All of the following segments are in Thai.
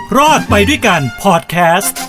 รอดไปด้วยกันพอดแคสต์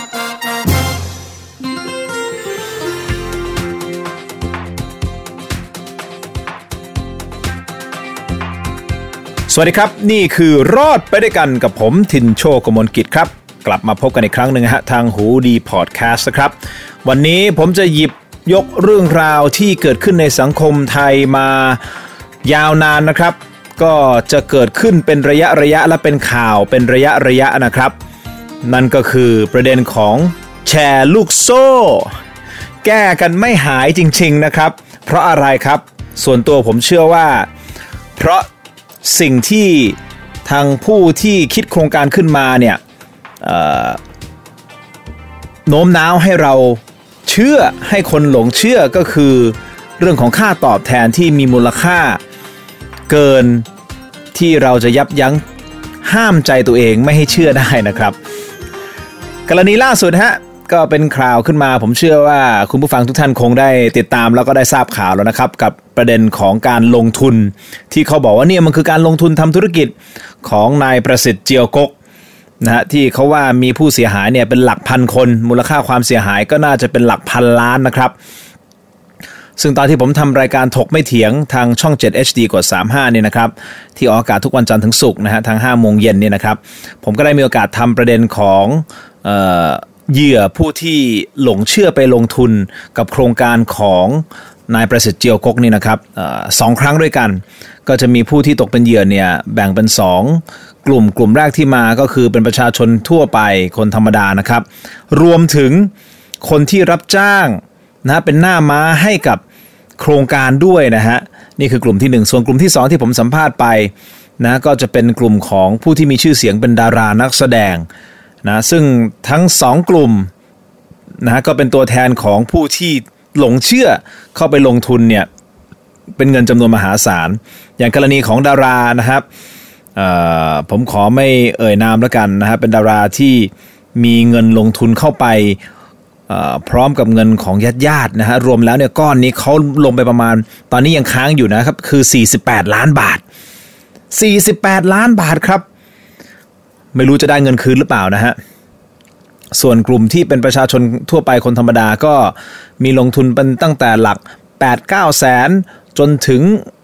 สวัสดีครับนี่คือรอดไปด้วยกันกับผมทินโชกมลกิจครับกลับมาพบกันอีกครั้งหนึ่งฮะทางหูดีพอดแคสต์ครับวันนี้ผมจะหยิบยกเรื่องราวที่เกิดขึ้นในสังคมไทยมายาวนานนะครับก็จะเกิดขึ้นเป็นระยะและเป็นข่าวเป็นระยะนะครับนั่นก็คือประเด็นของแชร์ลูกโซ่แก้กันไม่หายจริงๆนะครับเพราะอะไรครับส่วนตัวผมเชื่อว่าเพราะสิ่งที่ทางผู้ที่คิดโครงการขึ้นมาเนี่ยโน้มน้าวให้เราเชื่อให้คนหลงเชื่อก็คือเรื่องของค่าตอบแทนที่มีมูลค่าเกินที่เราจะยับยั้งห้ามใจตัวเองไม่ให้เชื่อได้นะครับกรณีล่าสุดฮะก็เป็นข่าวขึ้นมาผมเชื่อว่าคุณผู้ฟังทุกท่านคงได้ติดตามแล้วก็ได้ทราบข่าวแล้วนะครับกับประเด็นของการลงทุนที่เขาบอกว่าเนี่ยมันคือการลงทุนทำธุรกิจของนายประสิทธิ์เจียวกกนะฮะที่เขาว่ามีผู้เสียหายเนี่ยเป็นหลักพันคนมูลค่าความเสียหายก็น่าจะเป็นหลักพันล้านนะครับซึ่งตอนที่ผมทำรายการถกไม่เถียงทางช่อง 7 HD กด35เนี่ยนะครับที่ออกอากาศทุกวันจันทร์ถึงศุกร์นะฮะทาง 5 โมงเย็นเนี่ยนะครับผมก็ได้มีโอกาสทำประเด็นของเหยื่อผู้ที่หลงเชื่อไปลงทุนกับโครงการของนายประสิทธิ์เจียวกกนี่นะครับ2 ครั้งด้วยกันก็จะมีผู้ที่ตกเป็นเหยื่อเนี่ยแบ่งเป็น2กลุ่มแรกที่มาก็คือเป็นประชาชนทั่วไปคนธรรมดานะครับรวมถึงคนที่รับจ้างนะเป็นหน้าม้าให้กับโครงการด้วยนะฮะนี่คือกลุ่มที่1ส่วนกลุ่มที่2ที่ผมสัมภาษณ์ไปนะก็จะเป็นกลุ่มของผู้ที่มีชื่อเสียงเป็นดารานักแสดงนะซึ่งทั้ง2กลุ่มนะก็เป็นตัวแทนของผู้ที่หลงเชื่อเข้าไปลงทุนเนี่ยเป็นเงินจำนวนมหาศาลอย่างกรณีของดารานะครับผมขอไม่เอ่ยนามแล้วกันนะฮะเป็นดาราที่มีเงินลงทุนเข้าไปพร้อมกับเงินของญาตินะฮะรวมแล้วเนี่ยก้อนนี้เขาลงไปประมาณตอนนี้ยังค้างอยู่นะครับคือ48ล้านบาท48ล้านบาทครับไม่รู้จะได้เงินคืนหรือเปล่านะฮะส่วนกลุ่มที่เป็นประชาชนทั่วไปคนธรรมดาก็มีลงทุนเป็นตั้งแต่หลัก 8-9 แสนจนถึง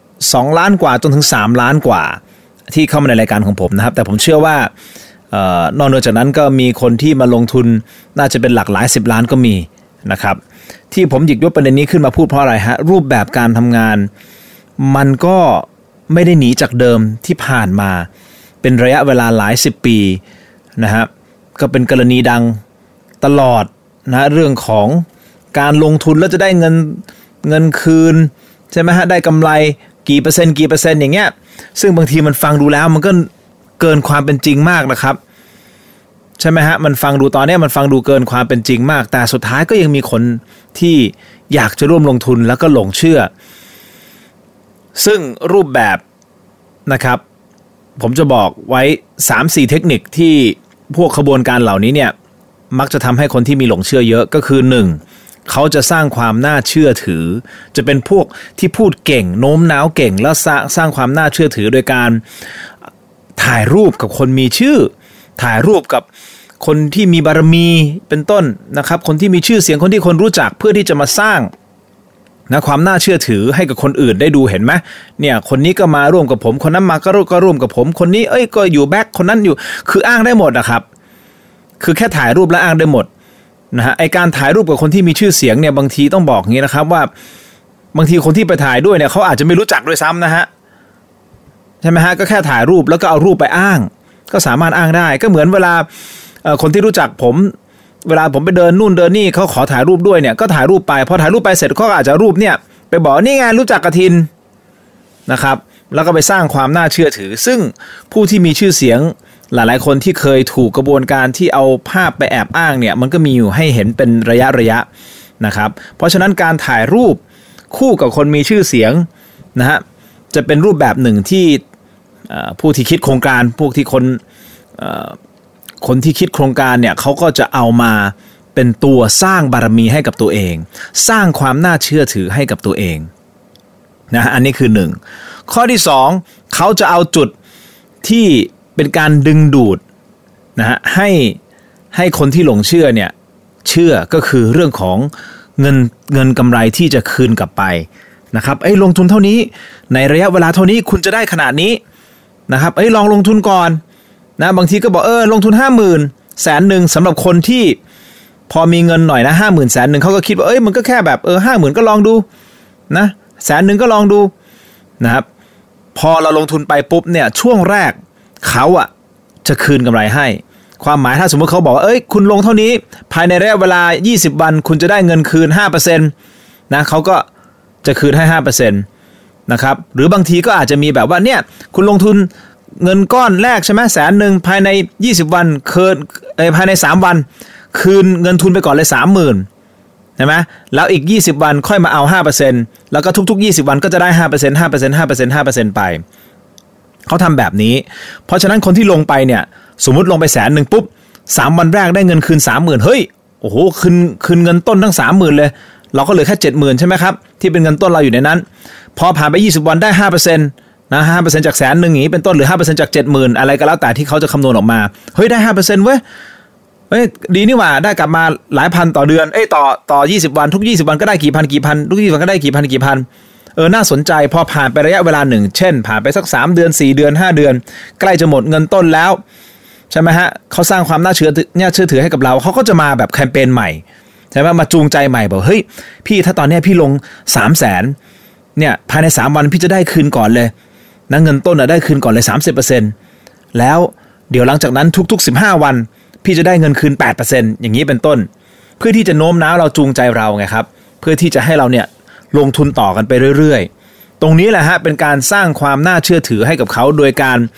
2ล้านกว่าจนถึง3ล้านกว่าที่เข้ามาในรายการของผมนะครับแต่ผมเชื่อว่านอกจากนั้นก็มีคนที่มาลงทุนน่าจะเป็นหลักหลาย10ล้านก็มีนะครับที่ผมหยิบยกประเด็นนี้ขึ้นมาพูดเพราะอะไรฮะรูปแบบการทำงานมันก็ไม่ได้หนีจากเดิมที่ผ่านมาเป็นระยะเวลาหลาย10ปีนะฮะก็เป็นกรณีดังตลอดนะเรื่องของการลงทุนแล้วจะได้เงินคืนใช่ไหมฮะได้กำไรกี่เปอร์เซ็นต์อย่างเงี้ยซึ่งบางทีมันฟังดูแล้วมันก็เกินความเป็นจริงมากนะครับใช่ไหมฮะมันฟังดูตอนนี้มันฟังดูเกินความเป็นจริงมากแต่สุดท้ายก็ยังมีคนที่อยากจะร่วมลงทุนแล้วก็หลงเชื่อซึ่งรูปแบบนะครับผมจะบอกไว้ 3-4 เทคนิคที่พวกขบวนการเหล่านี้เนี่ยมักจะทำให้คนที่มีหลงเชื่อเยอะก็คือ 1. เขาจะสร้างความน่าเชื่อถือจะเป็นพวกที่พูดเก่งโน้มน้าวเก่งแล้วสร้างความน่าเชื่อถือโดยการถ่ายรูปกับคนมีชื่อถ่ายรูปกับคนที่มีบารมีเป็นต้นนะครับคนที่มีชื่อเสียงคนที่คนรู้จักเพื่อที่จะมาสร้างนะความน่าเชื่อถือให้กับคนอื่นได้ดูเห็นไหมเนี่ยคนนี้ก็มาร่วมกับผมคนนั้นมาก็ร่วมกับผมคนนี้ก็อยู่แบ็คคนนั้นอยู่คืออ้างได้หมดนะครับคือแค่ถ่ายรูปแล้วอ้างได้หมดนะฮะไอการถ่ายรูปกับคนที่มีชื่อเสียงเนี่ยบางทีต้องบอกงี้นะครับว่าบางทีคนที่ไปถ่ายด้วยเนี่ยเขาอาจจะไม่รู้จักด้วยซ้ำนะฮะใช่ไหมฮะก็แค่ถ่ายรูปแล้วก็เอารูปไปอ้างก็สามารถอ้างได้ก็เหมือนเวลาคนที่รู้จักผมเวลาผมไปเดินนู่นเดินนี่เขาขอถ่ายรูปด้วยเนี่ยก็ถ่ายรูปไปพอถ่ายรูปไปเสร็จเขาอาจจะรูปเนี่ยไปบอกนี่ไงรู้จักกฐินนะครับแล้วก็ไปสร้างความน่าเชื่อถือซึ่งผู้ที่มีชื่อเสียงหลายๆคนที่เคยถูกกระบวนการที่เอาภาพไปแอบอ้างเนี่ยมันก็มีอยู่ให้เห็นเป็นระยะนะครับเพราะฉะนั้นการถ่ายรูปคู่กับคนมีชื่อเสียงนะฮะจะเป็นรูปแบบหนึ่งที่ผู้ที่คิดโครงการพวกที่คนที่คิดโครงการเนี่ยเขาก็จะเอามาเป็นตัวสร้างบารมีให้กับตัวเองสร้างความน่าเชื่อถือให้กับตัวเองนะอันนี้คือ1ข้อที่2เขาจะเอาจุดที่เป็นการดึงดูดนะฮะให้คนที่หลงเชื่อเนี่ยเชื่อก็คือเรื่องของเงินกำไรที่จะคืนกลับไปนะครับลงทุนเท่านี้ในระยะเวลาเท่านี้คุณจะได้ขนาดนี้นะครับลองลงทุนก่อนนะบางทีก็บอกลงทุน 50,000 100,000สำหรับคนที่พอมีเงินหน่อยนะ 50,000 100,000เขาก็คิดว่ามันก็แค่แบบ50,000ก็ลองดูนะ100,000ก็ลองดูนะครับพอเราลงทุนไปปุ๊บเนี่ยช่วงแรกเขาจะคืนกำไรให้ความหมายถ้าสมมติเขาบอกว่าคุณลงเท่านี้ภายในระยะเวลา20วันคุณจะได้เงินคืน 5% นะเขาก็จะคืนให้ 5% นะครับหรือบางทีก็อาจจะมีแบบว่าเนี่ยคุณลงทุนเงินก้อนแรกใช่ไหม100,000ภายใน20วันคืนภายใน3วันคืนเงินทุนไปก่อนเลย 30,000 ใช่ไหมแล้วอีก20วันค่อยมาเอา 5% แล้วก็ทุกๆ20วันก็จะได้ 5% 5% 5% 5% ไปเขาทำแบบนี้เพราะฉะนั้นคนที่ลงไปเนี่ยสมมุติลงไป100,000ปุ๊บ3วันแรกได้เงินคืน 30,000 เฮ้ยโอ้โหคืนเงินต้นทั้ง 30,000 เลยเราก็เหลือแค่ 70,000 ใช่ไหมครับที่เป็นเงินต้นเราอยู่ในนั้นพอผ่านไป20วันได้ 5% นะ 5% จาก100,000อย่างนี้เป็นต้นหรือ 5% จาก 70,000 อะไรก็แล้วแต่ที่เขาจะคำนวณออกมาเฮ้ยได้ 5% เว้ยดีนี่หว่าได้กลับมาหลายพันต่อเดือนต่อ20วันทุก20วันก็ได้กี่พันทุก20วันก็ได้กี่พันน่าสนใจพอผ่านไประยะเวลาหนึ่งเช่นผ่านไปสัก3เดือน4เดือน5เดือนใกล้จะหมดเงินต้นแล้วใช่ไหมฮะเขาสร้างความน่าเชื่อถือให้กับเราเขาก็จะมาแบบแคมเปญใหม่ใช่ไหมมาจูงใจใหม่บอกเฮ้ยพี่ถ้าตอนนี้พี่ลง 300,000 เนี่ยภายใน3วันพี่จะได้คืนก่อนเลยนะเงินต้นได้คืนก่อนเลย 30% แล้วเดี๋ยวหลังจากนั้นทุกๆ15วันพี่จะได้เงินคืน 8% อย่างนี้เป็นต้นเพื่อที่จะโน้มน้าวเราจูงใจเราไงครับเพื่อที่จะให้เราเนี่ยลงทุนต่อกันไปเรื่อยๆตรงนี้แหละฮะเป็นการสร้างความน่าเชื่อถือให้กับเขาโดย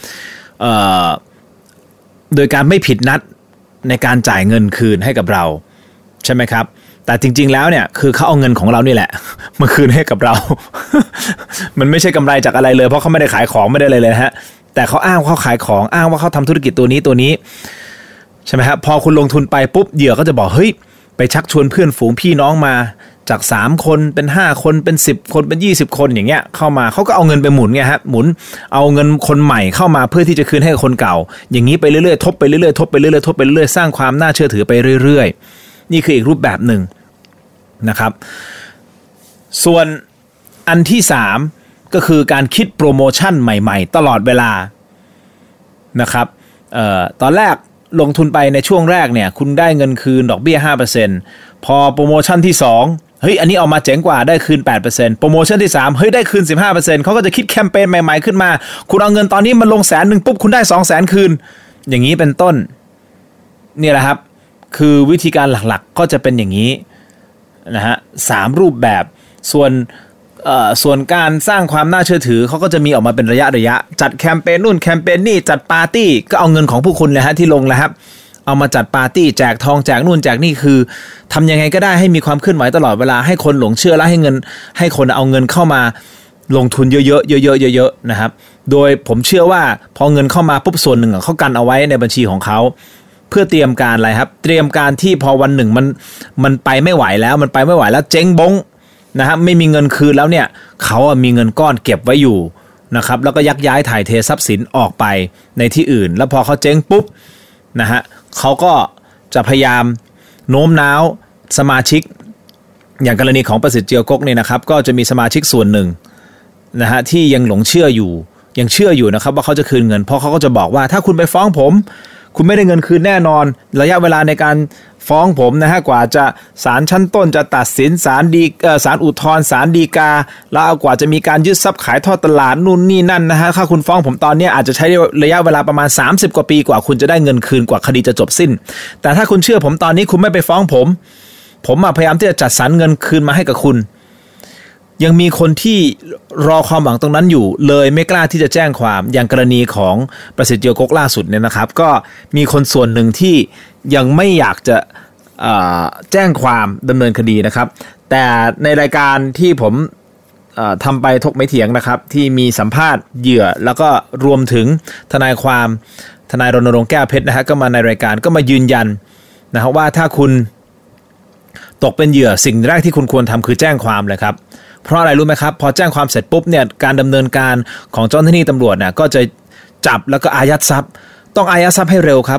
การไม่ผิดนัดในการจ่ายเงินคืนให้กับเราใช่ไหมครับแต่จริงๆแล้วเนี่ยคือเขาเอาเงินของเรานี่แหละมาคืนให้กับเรา มันไม่ใช่กำไรจากอะไรเลยเพราะเขาไม่ได้ขายของไม่ได้เลยฮะแต่เขาอ้างว่าเขาขายของอ้างว่าเขาทำธุรกิจตัวนี้ใช่ไหมครับพอคุณลงทุนไปปุ๊บเหยื่อก็จะบอกเฮ้ยไปชักชวนเพื่อนฝูงพี่น้องมาจาก3คนเป็น5คนเป็น10คนเป็น20คนอย่างเงี้ยเข้ามาเขาก็เอาเงินไปหมุนไงฮะหมุนเอาเงินคนใหม่เข้ามาเพื่อที่จะคืนให้คนเก่าอย่างนี้ไปเรื่อยๆทบไปเรื่อยๆทบไปเรื่อยๆทบไปเรื่อยๆสร้างความน่าเชื่อถือไปเรื่อยๆนี่คืออีกรูปแบบหนึ่งนะครับส่วนอันที่3ก็คือการคิดโปรโมชั่นใหม่ๆตลอดเวลานะครับตอนแรกลงทุนไปในช่วงแรกเนี่ยคุณได้เงินคืนดอกเบี้ย 5% พอโปรโมชั่นที่2เฮ้ยอันนี้ออกมาเจ๋งกว่าได้คืน 8% โปรโมชั่นที่3เฮ้ยได้คืน 15% เขาก็จะคิดแคมเปญใหม่ๆขึ้นมาคุณเอาเงินตอนนี้มันลง100,000ปุ๊บคุณได้ 200,000 คืนอย่างนี้เป็นต้นนี่แหละครับคือวิธีการหลักๆก็จะเป็นอย่างนี้นะฮะ3รูปแบบส่วนการสร้างความน่าเชื่อถือเขาก็จะมีออกมาเป็นระยะจัดแคมเปญนู่นแคมเปญนี่จัดปาร์ตี้ก็เอาเงินของผู้คุณเลยฮะที่ลงแล้วครับเอามาจัดปาร์ตี้แจกทองแจกนู่นแจกนี่คือทำยังไงก็ได้ให้มีความเคลื่อนไหวตลอดเวลาให้คนหลงเชื่อและให้คนเอาเงินเข้ามาลงทุนเยอะๆนะครับโดยผมเชื่อว่าพอเงินเข้ามาปุ๊บส่วนหนึ่งเขากันเอาไว้ในบัญชีของเขาเพื่อเตรียมการอะไรครับเตรียมการที่พอวันหนึ่งมันไปไม่ไหวแล้วเจ๊งบงนะครับไม่มีเงินคืนแล้วเนี่ยเขามีเงินก้อนเก็บไว้อยู่นะครับแล้วก็ยักย้ายถ่ายเททรัพย์สินออกไปในที่อื่นแล้วพอเขาเจ๊งปุ๊บนะฮะเขาก็จะพยายามโน้มน้าวสมาชิกอย่างกรณีของประสิทธิ์เจียวกกเนี่ยนะครับก็จะมีสมาชิกส่วนหนึ่งนะฮะที่ยังหลงเชื่ออยู่นะครับว่าเขาจะคืนเงินเพราะเขาก็จะบอกว่าถ้าคุณไปฟ้องผมคุณไม่ได้เงินคืนแน่นอนระยะเวลาในการฟ้องผมนะฮะกว่าจะศาลชั้นต้นจะตัดสินศาลอุทธรณ์ศาลฎีกาแล้วกว่าจะมีการยึดทรัพย์ขายทอดตลาดนู่นนี่นั่นนะฮะถ้าคุณฟ้องผมตอนนี้อาจจะใช้ระยะเวลาประมาณ30กว่าปีกว่าคุณจะได้เงินคืนกว่าคดีจะจบสิ้นแต่ถ้าคุณเชื่อผมตอนนี้คุณไม่ไปฟ้องผมพยายามที่จะจัดสรรเงินคืนมาให้กับคุณยังมีคนที่รอความหวังตรงนั้นอยู่เลยไม่กล้าที่จะแจ้งความอย่างกรณีของประสิทธิ์เจียวกกล่าสุดเนี่ยนะครับก็มีคนส่วนหนึ่งที่ยังไม่อยากจะแจ้งความดำเนินคดีนะครับแต่ในรายการที่ผมทำไปถกไม่เถียงนะครับที่มีสัมภาษณ์เหยื่อแล้วก็รวมถึงทนายรณรงค์แก้วเพชรนะฮะก็มาในรายการก็มายืนยันนะครับว่าถ้าคุณตกเป็นเหยื่อสิ่งแรกที่คุณควรทำคือแจ้งความเลยครับเพราะอะไรรู้ไหมครับพอแจ้งความเสร็จปุ๊บเนี่ยการดำเนินการของเจ้าหน้าที่ตำรวจนะก็จะจับแล้วก็อายัดทรัพย์ต้องอายัดทรัพย์ให้เร็วครับ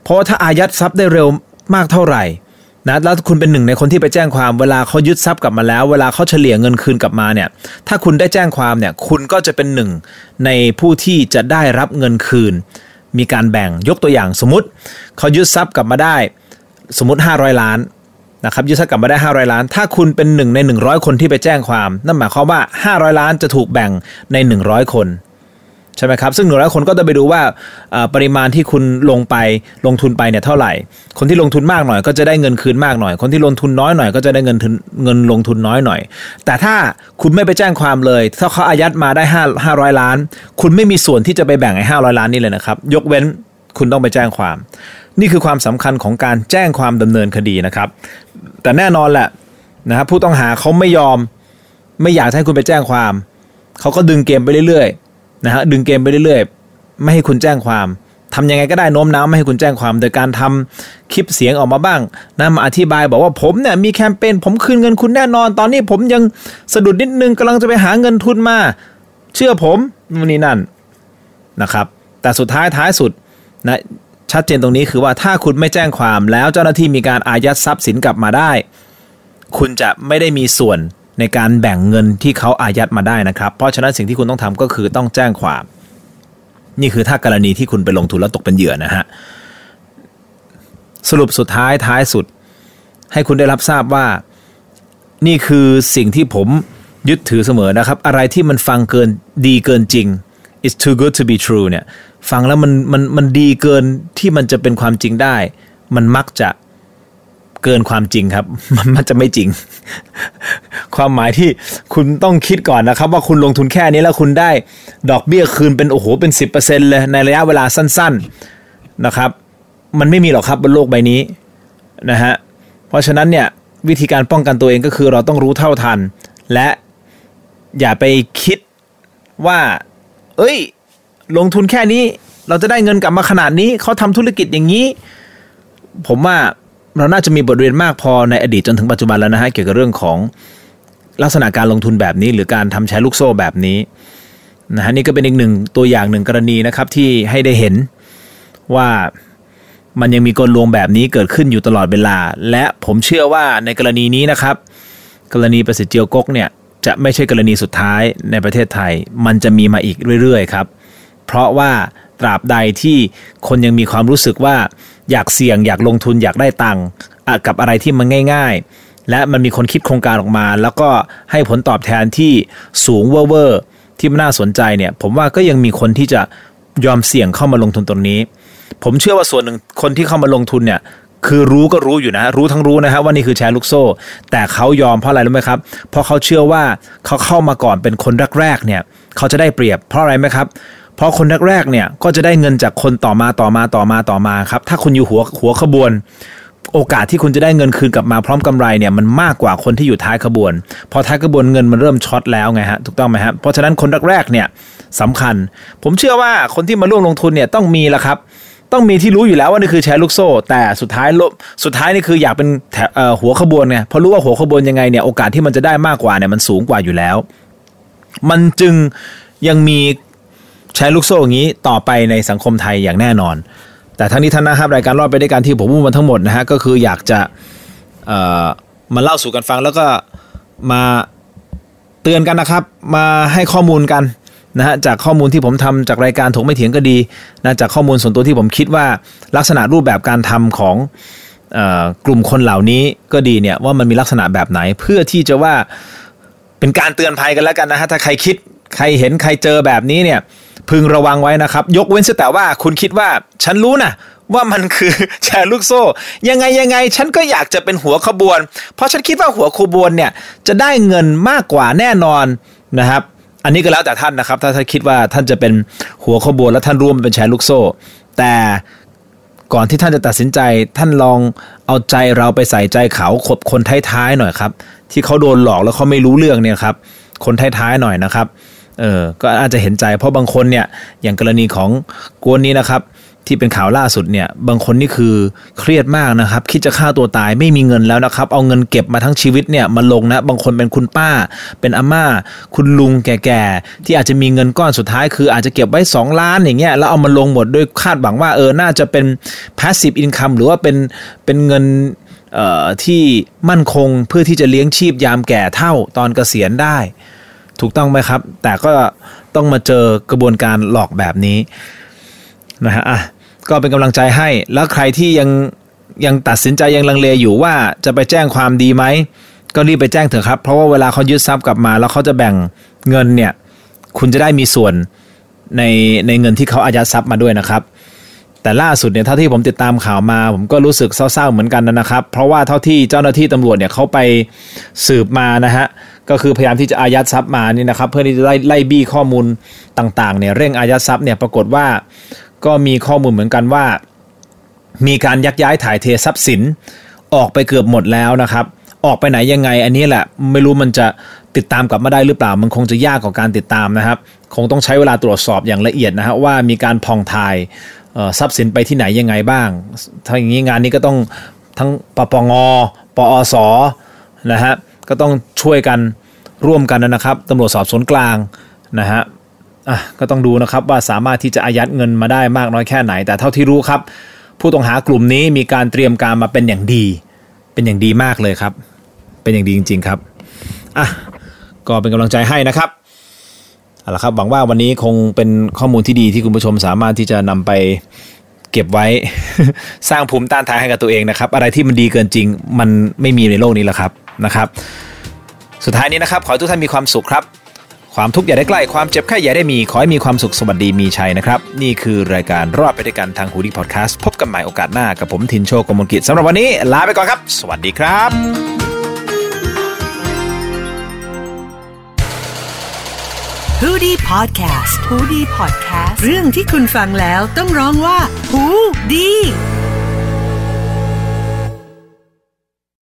เพราะว่าถ้าอายัดทรัพย์ได้เร็วมากเท่าไหร่นะแล้วคุณเป็นหนึ่งในคนที่ไปแจ้งความเวลาเขายึดทรัพย์กลับมาแล้วเวลาเขาเฉลี่ยเงินคืนกลับมาเนี่ยถ้าคุณได้แจ้งความเนี่ยคุณก็จะเป็นหนึ่งในผู้ที่จะได้รับเงินคืนมีการแบ่งยกตัวอย่างสมมติเขายึดทรัพย์กลับมาได้สมมติ500 ล้านนะครับยึดทรัพย์กลับมาได้500 ล้านถ้าคุณเป็น1ใน100คนที่ไปแจ้งความนั่นหมายความว่า500 ล้านจะถูกแบ่งใน100 คนใช่ไหมครับซึ่ง100 คนก็จะไปดูว่าปริมาณที่คุณลงทุนไปเนี่ยเท่าไหร่คนที่ลงทุนมากหน่อยก็จะได้เงินคืนมากหน่อยคนที่ลงทุนน้อยหน่อยก็จะได้เงินลงทุนน้อยหน่อยแต่ถ้าคุณไม่ไปแจ้งความเลยถ้าเขาอายัดมาได้500 ล้านคุณไม่มีส่วนที่จะไปแบ่งไอ้500 ล้านนี่เลยนะครับยกเว้นคุณต้องไปแจ้งความนี่คือความสำคัญของการแจ้งความดำเนินคดีนะครับแต่แน่นอนแหละนะครับผู้ต้องหาเขาไม่อยากให้คุณไปแจ้งความเขาก็ดึงเกมไปเรื่อยๆนะฮะดึงเกมไปเรื่อยๆไม่ให้คุณแจ้งความทำยังไงก็ได้โน้มน้าวไม่ให้คุณแจ้งความโดยการทำคลิปเสียงออกมาบ้างนะมาอธิบายบอกว่าผมเนี่ยมีแคมเปญผมคืนเงินคุณแน่นอนตอนนี้ผมยังสะดุดนิดนึงกำลังจะไปหาเงินทุนมาเชื่อผมนี่นั่นนะครับแต่สุดท้ายสุดนะชัดเจนตรงนี้คือว่าถ้าคุณไม่แจ้งความแล้วเจ้าหน้าที่มีการอายัดทรัพย์สินกลับมาได้คุณจะไม่ได้มีส่วนในการแบ่งเงินที่เขาอายัดมาได้นะครับเพราะฉะนั้นสิ่งที่คุณต้องทำก็คือต้องแจ้งความนี่คือถ้ากรณีที่คุณไปลงทุนแล้วตกเป็นเหยื่อนะฮะสรุปสุดท้ายสุดให้คุณได้รับทราบว่านี่คือสิ่งที่ผมยึดถือเสมอนะครับอะไรที่มันฟังดีเกินจริง it's too good to be true เนี่ยฟังแล้วมันดีเกินที่มันจะเป็นความจริงได้มันมักจะเกินความจริงครับมันจะไม่จริงความหมายที่คุณต้องคิดก่อนนะครับว่าคุณลงทุนแค่นี้แล้วคุณได้ดอกเบี้ยคืนเป็นเป็น 10% เลยในระยะเวลาสั้นๆนะครับมันไม่มีหรอกครับบนโลกใบนี้นะฮะเพราะฉะนั้นเนี่ยวิธีการป้องกันตัวเองก็คือเราต้องรู้เท่าทันและอย่าไปคิดว่าลงทุนแค่นี้เราจะได้เงินกลับมาขนาดนี้เขาทำธุรกิจอย่างนี้ผมว่าเราน่าจะมีบทเรียนมากพอในอดีตจนถึงปัจจุบันแล้วนะฮะเกี่ยวกับเรื่องของลักษณะการลงทุนแบบนี้หรือการทำแชร์ลูกโซ่แบบนี้นะฮะนี่ก็เป็นอีกตัวอย่างหนึ่งกรณีนะครับที่ให้ได้เห็นว่ามันยังมีกลลวงแบบนี้เกิดขึ้นอยู่ตลอดเวลาและผมเชื่อว่าในกรณีนี้นะครับกรณีประสิทธิ์เจียวกกเนี่ยจะไม่ใช่กรณีสุดท้ายในประเทศไทยมันจะมีมาอีกเรื่อยๆครับเพราะว่าตราบใดที่คนยังมีความรู้สึกว่าอยากเสี่ยงอยากลงทุนอยากได้ตังค์กับอะไรที่มันง่ายๆและมันมีคนคิดโครงการออกมาแล้วก็ให้ผลตอบแทนที่สูงเวอร์ที่น่าสนใจเนี่ยผมว่าก็ยังมีคนที่จะยอมเสี่ยงเข้ามาลงทุนตรงนี้ผมเชื่อว่าส่วนหนึ่งคนที่เข้ามาลงทุนเนี่ยคือรู้อยู่นะรู้นะฮะว่านี่คือแชร์ลูกโซ่แต่เขายอมเพราะอะไรรู้ไหมครับเพราะเขาเชื่อว่าเขาเข้ามาก่อนเป็นคนแรกๆเนี่ยเขาจะได้เปรียบเพราะอะไรไหมครับเพราะคนแรกๆเนี่ยก็จะได้เงินจากคนต่อมาครับถ้าคุณอยู่หัวขบวนโอกาสที่คุณจะได้เงินคืนกลับมาพร้อมกำไรเนี่ยมันมากกว่าคนที่อยู่ท้ายขบวนพอท้ายขบวนเงินมันเริ่มช็อตแล้วไงฮะถูกต้องไหมครับเพราะฉะนั้นคนแรกๆเนี่ยสำคัญผมเชื่อว่าคนที่มาร่วมลงทุนเนี่ยต้องมีละครับต้องมีที่รู้อยู่แล้วว่านี่คือแชร์ลูกโซ่แต่สุดท้ายนี่คืออยากเป็นหัวขบวนไงเพราะรู้ว่าหัวขบวนยังไงเนี่ยโอกาสที่มันจะได้มากกว่าเนี่ยมันสูงกว่าอยู่แล้วมันจึงยังมีแชร์ลูกโซ่อย่างนี้ต่อไปในสังคมไทยอย่างแน่นอนแต่ทั้งนี้ทั้งนั้นครับรายการรอดไปด้วยกันที่ผมพูดมาทั้งหมดนะฮะก็คืออยากจะมาเล่าสู่กันฟังแล้วก็มาเตือนกันนะครับมาให้ข้อมูลกันนะฮะจากข้อมูลที่ผมทำจากรายการถกไม่เถียงก็ดีนะจากข้อมูลส่วนตัวที่ผมคิดว่าลักษณะรูปแบบการทำของกลุ่มคนเหล่านี้ก็ดีเนี่ยว่ามันมีลักษณะแบบไหนเพื่อที่จะว่าเป็นการเตือนภัยกันแล้วกันนะฮะถ้าใครคิดใครเห็นใครเจอแบบนี้เนี่ยพึงระวังไว้นะครับยกเว้นแต่ว่าคุณคิดว่าฉันรู้นะว่ามันคือแชร์ลูกโซ่ยังไงฉันก็อยากจะเป็นหัวขบวนเพราะฉันคิดว่าหัวขบวนเนี่ยจะได้เงินมากกว่าแน่นอนนะครับอันนี้ก็แล้วแต่ท่านนะครับถ้าท่านคิดว่าท่านจะเป็นหัวขบวนแล้วท่านรู้มันเป็นแชร์ลูกโซ่แต่ก่อนที่ท่านจะตัดสินใจท่านลองเอาใจเราไปใส่ใจเขาคนท้ายๆหน่อยครับที่เขาโดนหลอกแล้วเขาไม่รู้เรื่องเนี่ยครับคนท้ายๆหน่อยนะครับก็อาจจะเห็นใจเพราะบางคนเนี่ยอย่างกรณีของกวนนี้นะครับที่เป็นข่าวล่าสุดเนี่ยบางคนนี่คือเครียดมากนะครับคิดจะฆ่าตัวตายไม่มีเงินแล้วนะครับเอาเงินเก็บมาทั้งชีวิตเนี่ยมาลงนะบางคนเป็นคุณป้าเป็นอาม่าคุณลุงแก่ๆที่อาจจะมีเงินก้อนสุดท้ายคืออาจจะเก็บไว้2 ล้านอย่างเงี้ยแล้วเอามาลงหมดด้วยคาดหวังว่าน่าจะเป็น passive income หรือว่าเป็นเงินที่มั่นคงเพื่อที่จะเลี้ยงชีพยามแก่เฒ่าตอนเกษียณได้ถูกต้องไหมครับแต่ก็ต้องมาเจอกระบวนการหลอกแบบนี้นะฮะก็เป็นกำลังใจให้แล้วใครที่ยังตัดสินใจยังลังเลอยู่ว่าจะไปแจ้งความดีไหมก็รีบไปแจ้งเถอะครับเพราะว่าเวลาเขายึดทรัพย์กลับมาแล้วเขาจะแบ่งเงินเนี่ยคุณจะได้มีส่วนในเงินที่เขาอายัดทรัพย์มาด้วยนะครับแต่ล่าสุดเนี่ยเท่าที่ผมติดตามข่าวมาผมก็รู้สึกเศร้าๆเหมือนกันนะครับเพราะว่าเท่าที่เจ้าหน้าที่ตำรวจเนี่ยเขาไปสืบมานะฮะก็คือพยายามที่จะอายัดทรัพย์มานี่นะครับเพื่อที่จะไล่บี้ข้อมูลต่างๆเนี่ยเร่งอายัดทรัพย์เนี่ยปรากฏว่าก็มีข้อมูลเหมือนกันว่ามีการยักย้ายถ่ายเททรัพย์สินออกไปเกือบหมดแล้วนะครับออกไปไหนยังไงอันนี้แหละไม่รู้มันจะติดตามกลับมาได้หรือเปล่ามันคงจะยากกว่าการติดตามนะครับคงต้องใช้เวลาตรวจสอบอย่างละเอียดนะฮะว่ามีการผ่องถ่ายทรัพย์สินไปที่ไหนยังไงบ้างถ้าอย่างนี้งานนี้ก็ต้องทั้งปปง.ปอส.นะฮะก็ต้องช่วยกันร่วมกันนะครับตำรวจสอบสวนกลางนะฮะก็ต้องดูนะครับว่าสามารถที่จะอายัดเงินมาได้มากน้อยแค่ไหนแต่เท่าที่รู้ครับผู้ต้องหากลุ่มนี้มีการเตรียมการมาเป็นอย่างดีมากเลยครับเป็นอย่างดีจริงๆครับก็เป็นกำลังใจให้นะครับเอาละครับหวังว่าวันนี้คงเป็นข้อมูลที่ดีที่คุณผู้ชมสามารถที่จะนำไปเก็บไว้ สร้างภูมิต้านทานให้กับตัวเองนะครับอะไรที่มันดีเกินจริงมันไม่มีในโลกนี้แล้วครับสุดท้ายนี้นะครับขอให้ทุกท่านมีความสุขครับความทุกข์อย่าได้ใกล้ความเจ็บไข้อย่าได้มีขอให้มีความสุขสวัสดีมีชัยนะครับนี่คือรายการรอดไปด้วยกันทางฮูดี้พอดแคสต์พบกันใหม่โอกาสหน้ากับผมทินโชกมลกิจสำหรับวันนี้ลาไปก่อนครับสวัสดีครับฮูดี้พอดแคสต์ฮูดี้พอดแคสต์เรื่องที่คุณฟังแล้วต้องร้องว่าฮูดี้